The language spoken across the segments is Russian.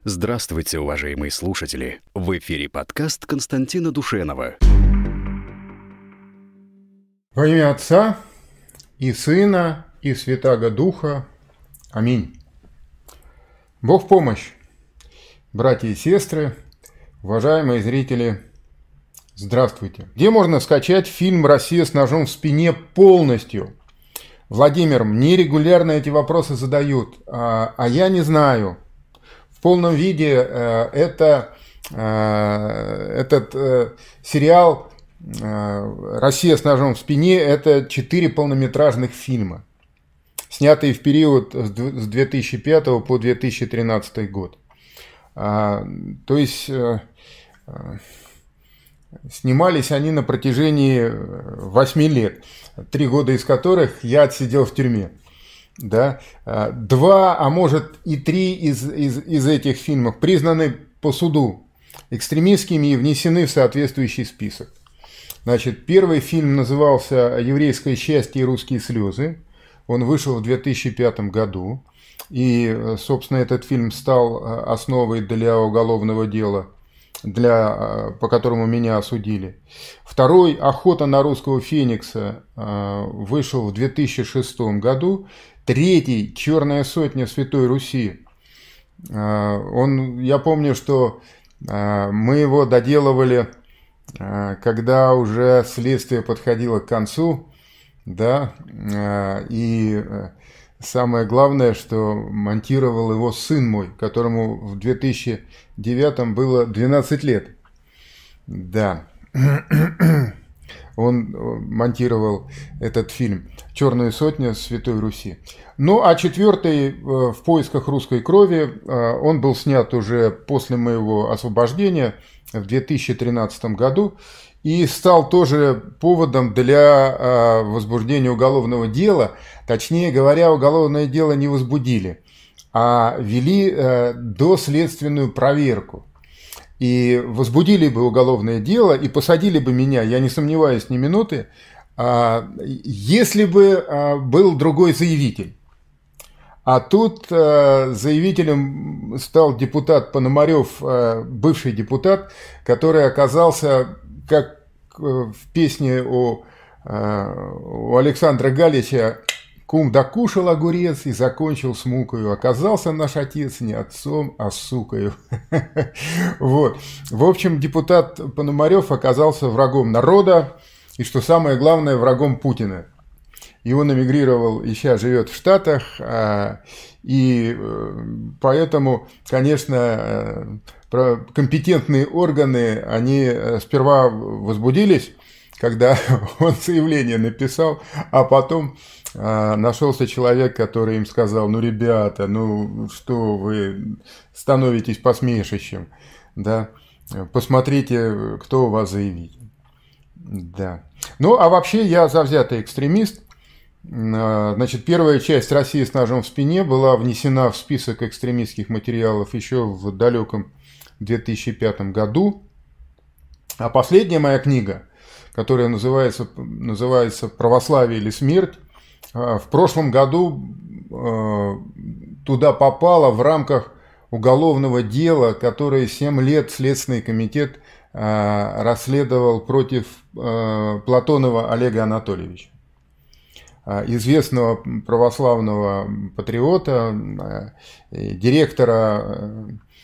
Здравствуйте, уважаемые слушатели! В эфире подкаст Константина Душенова. Во имя Отца и Сына и Святаго Духа. Аминь. Бог в помощь, братья и сестры, уважаемые зрители, здравствуйте. Где можно скачать фильм «Россия с ножом в спине» полностью? Владимир, мне регулярно эти вопросы задают, а я не знаю. В полном виде этот сериал «Россия с ножом в спине» – это 4 полнометражных фильма, снятые в период с 2005 по 2013 год. То есть снимались они на протяжении 8 лет, 3 года из которых я отсидел в тюрьме. Да? 2, а может и 3 из этих фильмов признаны по суду экстремистскими и внесены в соответствующий список. Значит, первый фильм назывался «Еврейское счастье и русские слезы». Он вышел в 2005 году. И, собственно, этот фильм стал основой для уголовного дела, по которому меня осудили. Второй «Охота на русского феникса» вышел в 2006 году. Третий «Черная сотня Святой Руси». Я помню, что мы его доделывали, когда уже следствие подходило к концу, да, и самое главное, что монтировал его сын мой, которому в 2009 было 12 лет. Да. Он монтировал этот фильм «Черная сотня Святой Руси». Ну, а четвертый «В поисках русской крови», он был снят уже после моего освобождения в 2013 году и стал тоже поводом для возбуждения уголовного дела. Точнее говоря, уголовное дело не возбудили, а вели доследственную проверку. И возбудили бы уголовное дело и посадили бы меня, я не сомневаюсь ни минуты, если бы был другой заявитель. А тут заявителем стал депутат Пономарев, бывший депутат, который оказался, как в песне у Александра Галича, «Кум докушал огурец и закончил с мукою. Оказался наш отец не отцом, а сукою». Вот. В общем, депутат Пономарев оказался врагом народа и, что самое главное, врагом Путина. И он эмигрировал и сейчас живет в Штатах. И поэтому, конечно, компетентные органы, они сперва возбудились, когда он заявление написал, а потом нашелся человек, который им сказал: ну, ребята, ну что вы становитесь посмешищем, да, посмотрите, кто у вас заявитель. Да. Ну, а вообще я завзятый экстремист. Значит, первая часть «России с ножом в спине» была внесена в список экстремистских материалов еще в далеком 2005 году. А последняя моя книга, которая называется «Православие или смерть», в прошлом году туда попала в рамках уголовного дела, которое 7 лет Следственный комитет расследовал против Платонова Олега Анатольевича, известного православного патриота, директора,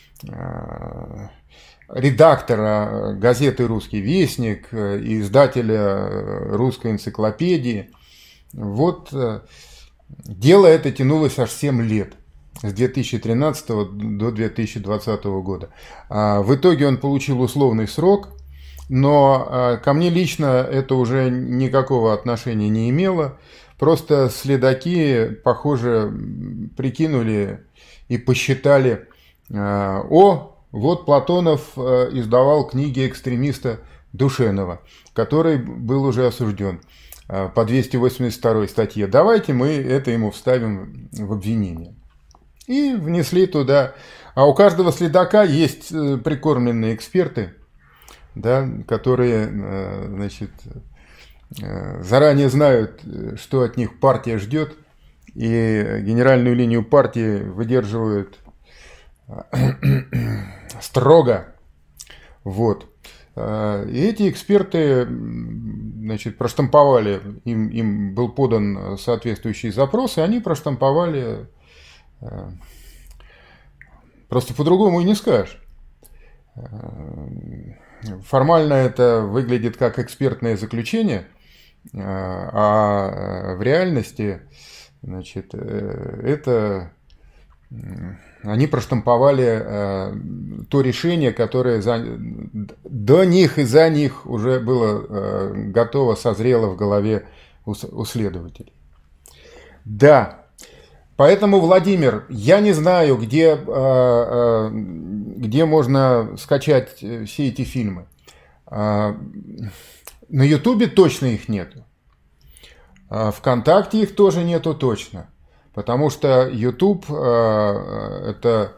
редактора газеты «Русский вестник», издателя «Русской энциклопедии». Вот дело это тянулось аж 7 лет, с 2013 до 2020 года. В итоге он получил условный срок, но ко мне лично это уже никакого отношения не имело. Просто следаки, похоже, прикинули и посчитали: вот Платонов издавал книги экстремиста Душенова, который был уже осужден по 282 статье. Давайте мы это ему вставим в обвинение. И внесли туда. А у каждого следака есть прикормленные эксперты, да, которые, значит, заранее знают, что от них партия ждет, и генеральную линию партии выдерживают строго. Вот. И эти эксперты, значит, проштамповали, им был подан соответствующий запрос, и они проштамповали, просто по-другому и не скажешь. Формально это выглядит как экспертное заключение, а в реальности, значит, это они проштамповали то решение, которое до них и за них уже было готово, созрело в голове у следователей. Да, поэтому, Владимир, я не знаю, где можно скачать все эти фильмы. На Ютубе точно их нету. ВКонтакте их тоже нету точно. Потому что YouTube это...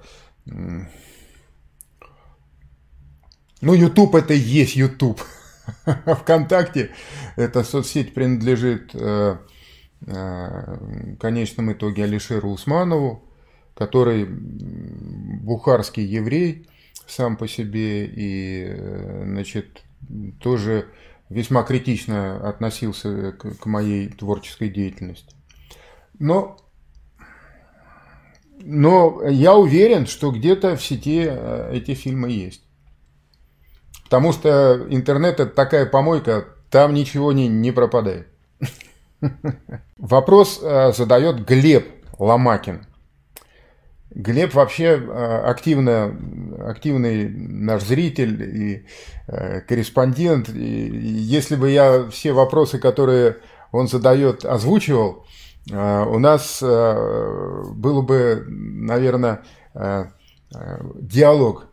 Ну, YouTube это и есть YouTube. ВКонтакте эта соцсеть принадлежит в конечном итоге Алишеру Усманову, который бухарский еврей сам по себе и, значит, тоже весьма критично относился к моей творческой деятельности. Но я уверен, что где-то в сети эти фильмы есть. Потому что интернет – это такая помойка, там ничего не пропадает. Вопрос задает Глеб Ломакин. Глеб вообще активный наш зритель и корреспондент. И если бы я все вопросы, которые он задает, озвучивал, у нас был бы, наверное, диалог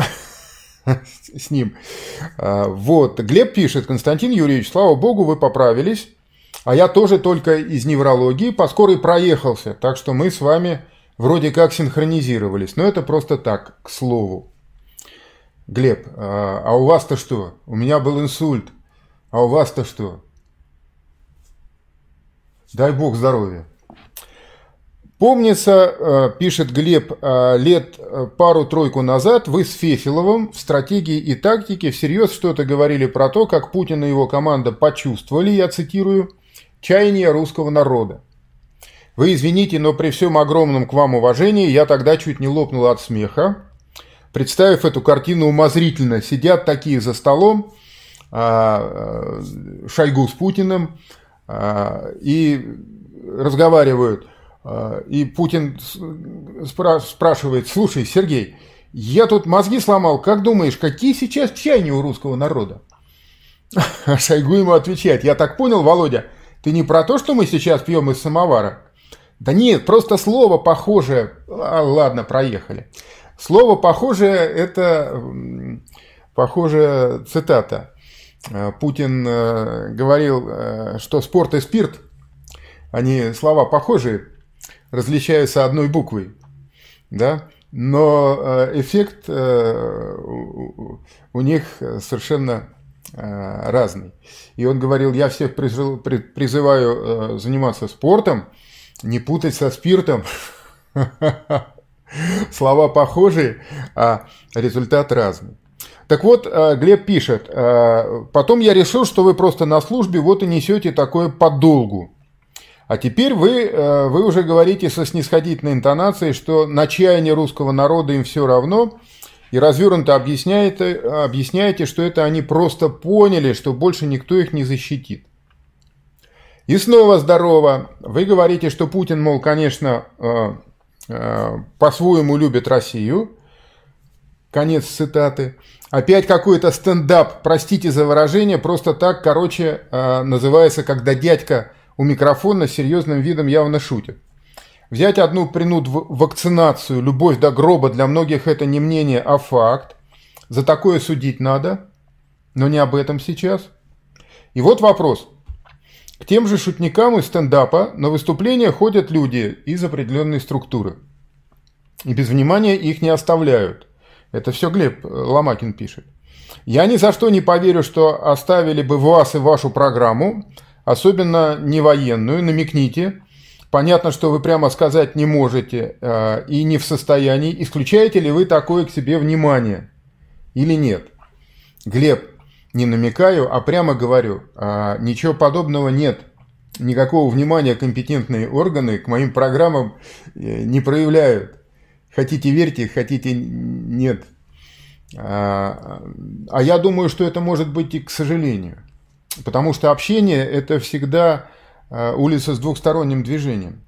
с ним. Вот. Глеб пишет: Константин Юрьевич, слава богу, вы поправились, а я тоже только из неврологии, по скорой проехался, так что мы с вами вроде как синхронизировались. Но это просто так, к слову. Глеб, а у вас-то что? У меня был инсульт. А у вас-то что? Дай бог здоровья. Помнится, пишет Глеб, лет пару-тройку назад вы с Фефеловым в стратегии и тактике всерьез что-то говорили про то, как Путин и его команда почувствовали, я цитирую, чаяние русского народа. Вы извините, но при всем огромном к вам уважении я тогда чуть не лопнул от смеха, представив эту картину умозрительно. Сидят такие за столом, Шойгу с Путиным, и разговаривают. И Путин спрашивает: слушай, Сергей, я тут мозги сломал, как думаешь, какие сейчас чаяния у русского народа? А Шойгу ему отвечает: я так понял, Володя, ты не про то, что мы сейчас пьем из самовара? Да нет, просто слово похожее. Ладно, проехали. Слово похожее, это похожая цитата. Путин говорил, что спорт и спирт, они слова похожие, различаются одной буквой, да? Но эффект у них совершенно разный. И он говорил: я всех призываю заниматься спортом, не путать со спиртом. Слова похожие, а результат разный. Так вот, Глеб пишет: потом я решил, что вы просто на службе, вот и несете такое подолгу. А теперь вы уже говорите со снисходительной интонацией, что на чаяние русского народа им все равно, и развернуто объясняете, что это они просто поняли, что больше никто их не защитит. И снова здорово. Вы говорите, что Путин, мол, конечно, по-своему любит Россию. Конец цитаты. Опять какой-то стендап, простите за выражение, просто так, короче, называется, когда дядька у микрофона с серьезным видом явно шутит. Взять одну принуду вакцинацию, любовь до гроба, для многих это не мнение, а факт. За такое судить надо, но не об этом сейчас. И вот вопрос. К тем же шутникам из стендапа на выступления ходят люди из определенной структуры. И без внимания их не оставляют. Это все Глеб Ломакин пишет. Я ни за что не поверю, что оставили бы вас и вашу программу, особенно не военную, намекните. Понятно, что вы прямо сказать не можете и не в состоянии. Исключаете ли вы такое к себе внимание? или нет? Глеб, не намекаю, а прямо говорю, ничего подобного нет. Никакого внимания компетентные органы к моим программам не проявляют. Хотите верьте, хотите нет. А я думаю, что это может быть и к сожалению. Потому что общение – это всегда улица с двухсторонним движением.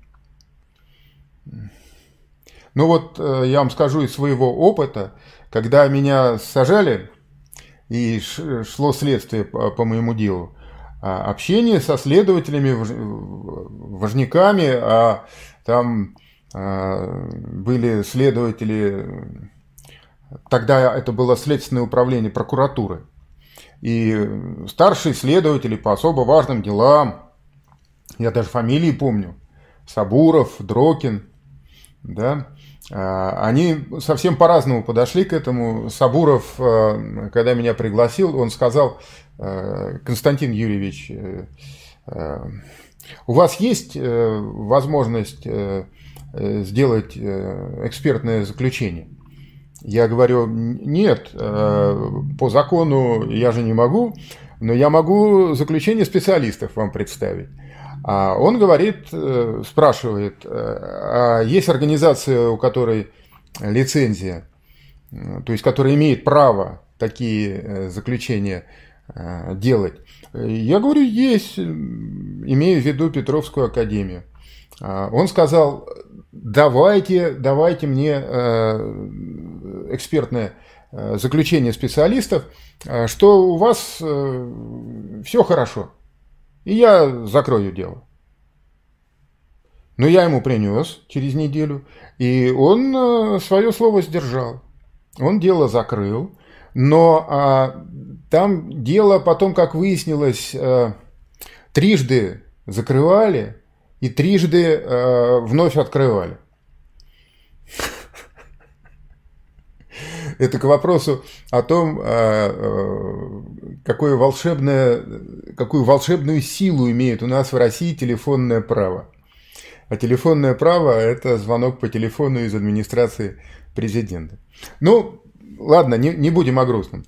Ну вот я вам скажу из своего опыта, когда меня сажали и шло следствие по моему делу, общение со следователями, важняками, там были следователи, тогда это было Следственное управление прокуратуры, и старшие следователи по особо важным делам, я даже фамилии помню, Сабуров, Дрокин, да, они совсем по-разному подошли к этому. Сабуров, когда меня пригласил, он сказал: Константин Юрьевич, у вас есть возможность сделать экспертное заключение? Я говорю: нет, по закону я же не могу, но я могу заключение специалистов вам представить. А он говорит, спрашивает: а есть организация, у которой лицензия, то есть которая имеет право такие заключения делать? Я говорю: есть, имею в виду Петровскую академию. Он сказал: давайте мне экспертное заключение специалистов, что у вас все хорошо, и я закрою дело. Но я ему принес через неделю, и он свое слово сдержал. Он дело закрыл, но там дело потом, как выяснилось, трижды закрывали и трижды вновь открывали. Это к вопросу о том, какую волшебную силу имеет у нас в России телефонное право. А телефонное право – это звонок по телефону из администрации президента. Ну, ладно, не будем о грустном.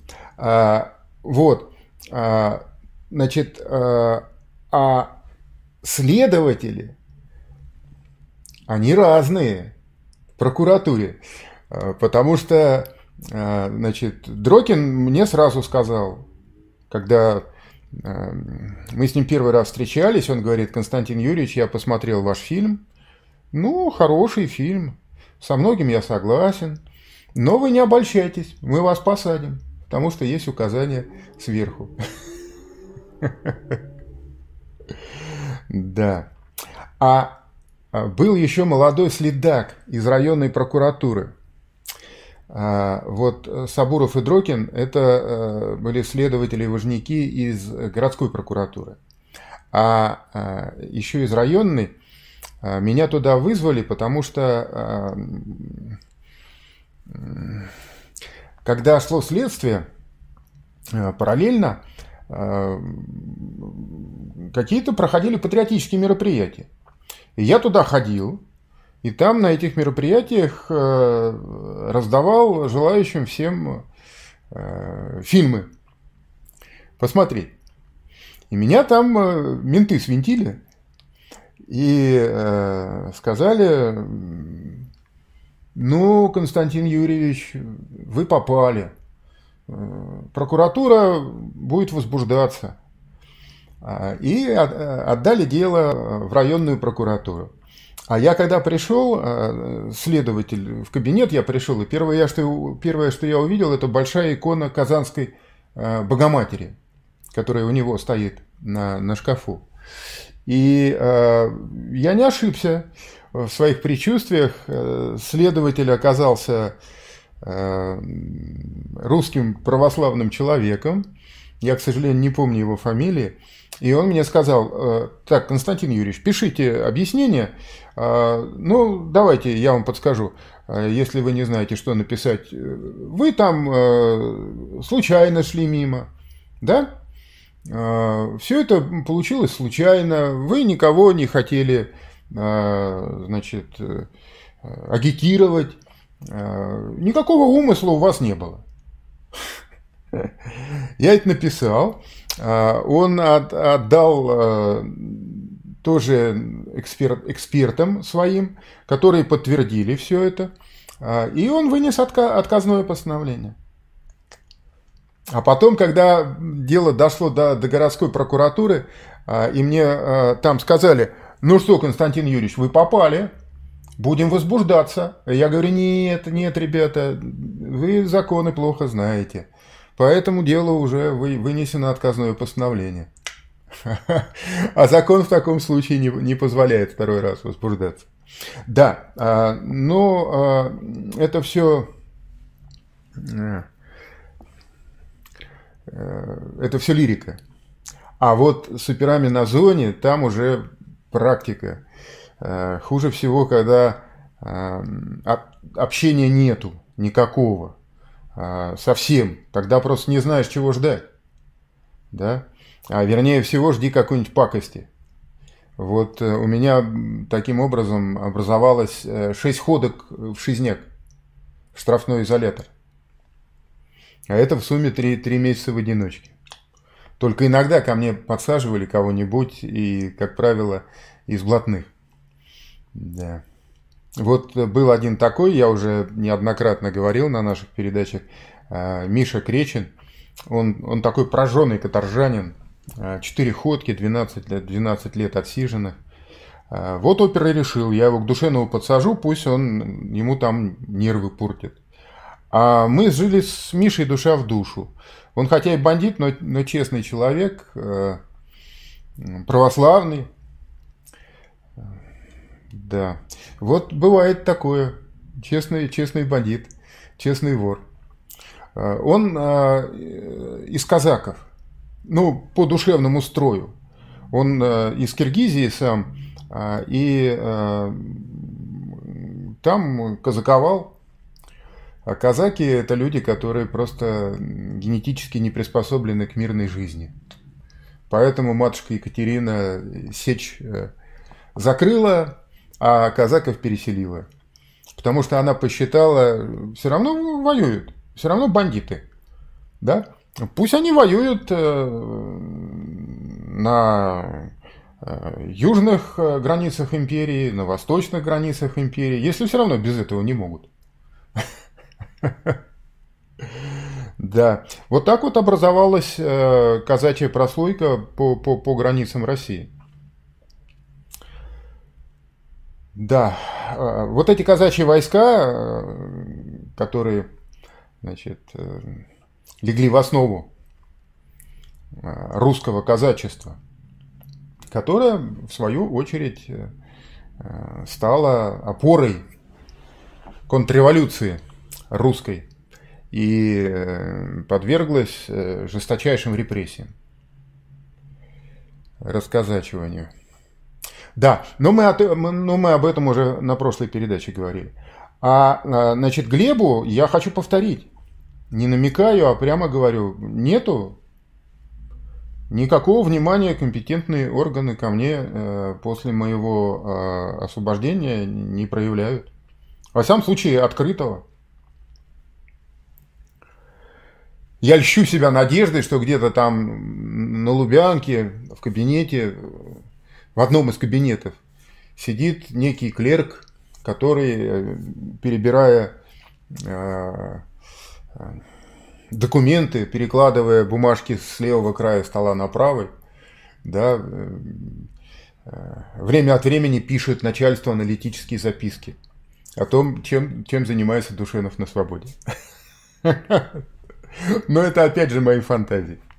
Значит, следователи, они разные в прокуратуре, потому что, значит, Дрокин мне сразу сказал, когда мы с ним первый раз встречались, он говорит: Константин Юрьевич, я посмотрел ваш фильм, ну, хороший фильм, со многим я согласен, но вы не обольщайтесь, мы вас посадим, потому что есть указания сверху. Да. Был еще молодой следак из районной прокуратуры. Вот Сабуров и Дрокин – это были следователи-важняки из городской прокуратуры. А еще из районной меня туда вызвали, потому что когда шло следствие, параллельно какие-то проходили патриотические мероприятия. И я туда ходил, и там на этих мероприятиях раздавал желающим всем фильмы посмотреть. И меня там менты свинтили и сказали: ну, Константин Юрьевич, вы попали. Прокуратура будет возбуждаться. И отдали дело в районную прокуратуру. А я когда пришел, следователь, в кабинет я пришел, и первое, что я увидел, это большая икона Казанской Богоматери, которая у него стоит на шкафу. И я не ошибся в своих предчувствиях. Следователь оказался русским православным человеком. Я, к сожалению, не помню его фамилии. И он мне сказал: так, Константин Юрьевич, пишите объяснение. Ну, давайте я вам подскажу. Если вы не знаете, что написать, вы там случайно шли мимо, да? Все это получилось случайно. Вы никого не хотели, значит, агитировать. Никакого умысла у вас не было. Я это написал. Он отдал тоже экспертам своим, которые подтвердили все это. И он вынес отказное постановление. А потом, когда дело дошло до городской прокуратуры, и мне там сказали: ну что, Константин Юрьевич, вы попали, будем возбуждаться. Я говорю: нет, ребята, вы законы плохо знаете. По этому делу уже вынесено отказное постановление. А закон в таком случае не позволяет второй раз возбуждаться. Да, но это все лирика. А вот с операми на зоне там уже практика. Хуже всего, когда общения нету никакого. Совсем. Тогда просто не знаешь, чего ждать. Да? А вернее всего, жди какой-нибудь пакости. Вот у меня таким образом образовалось 6 ходок в Шизняк, в штрафной изолятор. А это в сумме 3 месяца в одиночке. Только иногда ко мне подсаживали кого-нибудь, и, как правило, из блатных. Да. Вот был один такой, я уже неоднократно говорил на наших передачах, Миша Кречин. Он такой прожженный каторжанин, 4 ходки, 12 лет отсиженных. Вот опер и решил, я его к Душенову подсажу, пусть он ему там нервы портит. А мы жили с Мишей душа в душу. Он хотя и бандит, но честный человек, православный. Да. Вот бывает такое. Честный бандит, честный вор. Он из казаков. Ну, по душевному строю. Он из Киргизии сам. И там казаковал. А казаки – это люди, которые просто генетически не приспособлены к мирной жизни. Поэтому матушка Екатерина сечь закрыла, а казаков переселила. Потому что она посчитала, все равно воюют, все равно бандиты. Да? Пусть они воюют на южных границах империи, на восточных границах империи, если все равно без этого не могут. Да, вот так вот образовалась казачья прослойка по границам России. Да, вот эти казачьи войска, которые, значит, легли в основу русского казачества, которое, в свою очередь, стало опорой контрреволюции русской и подверглась жесточайшим репрессиям, расказачиванию. Да, но мы об этом уже на прошлой передаче говорили. Значит, Глебу я хочу повторить. Не намекаю, а прямо говорю, нету никакого внимания компетентные органы ко мне после моего освобождения не проявляют. Во всяком случае, открытого. Я льщу себя надеждой, что где-то там на Лубянке, в кабинете, в одном из кабинетов, сидит некий клерк, который, перебирая документы, перекладывая бумажки с левого края стола на правый, да, время от времени пишет начальству аналитические записки о том, чем занимается Душенов на свободе. Но это опять же мои фантазии.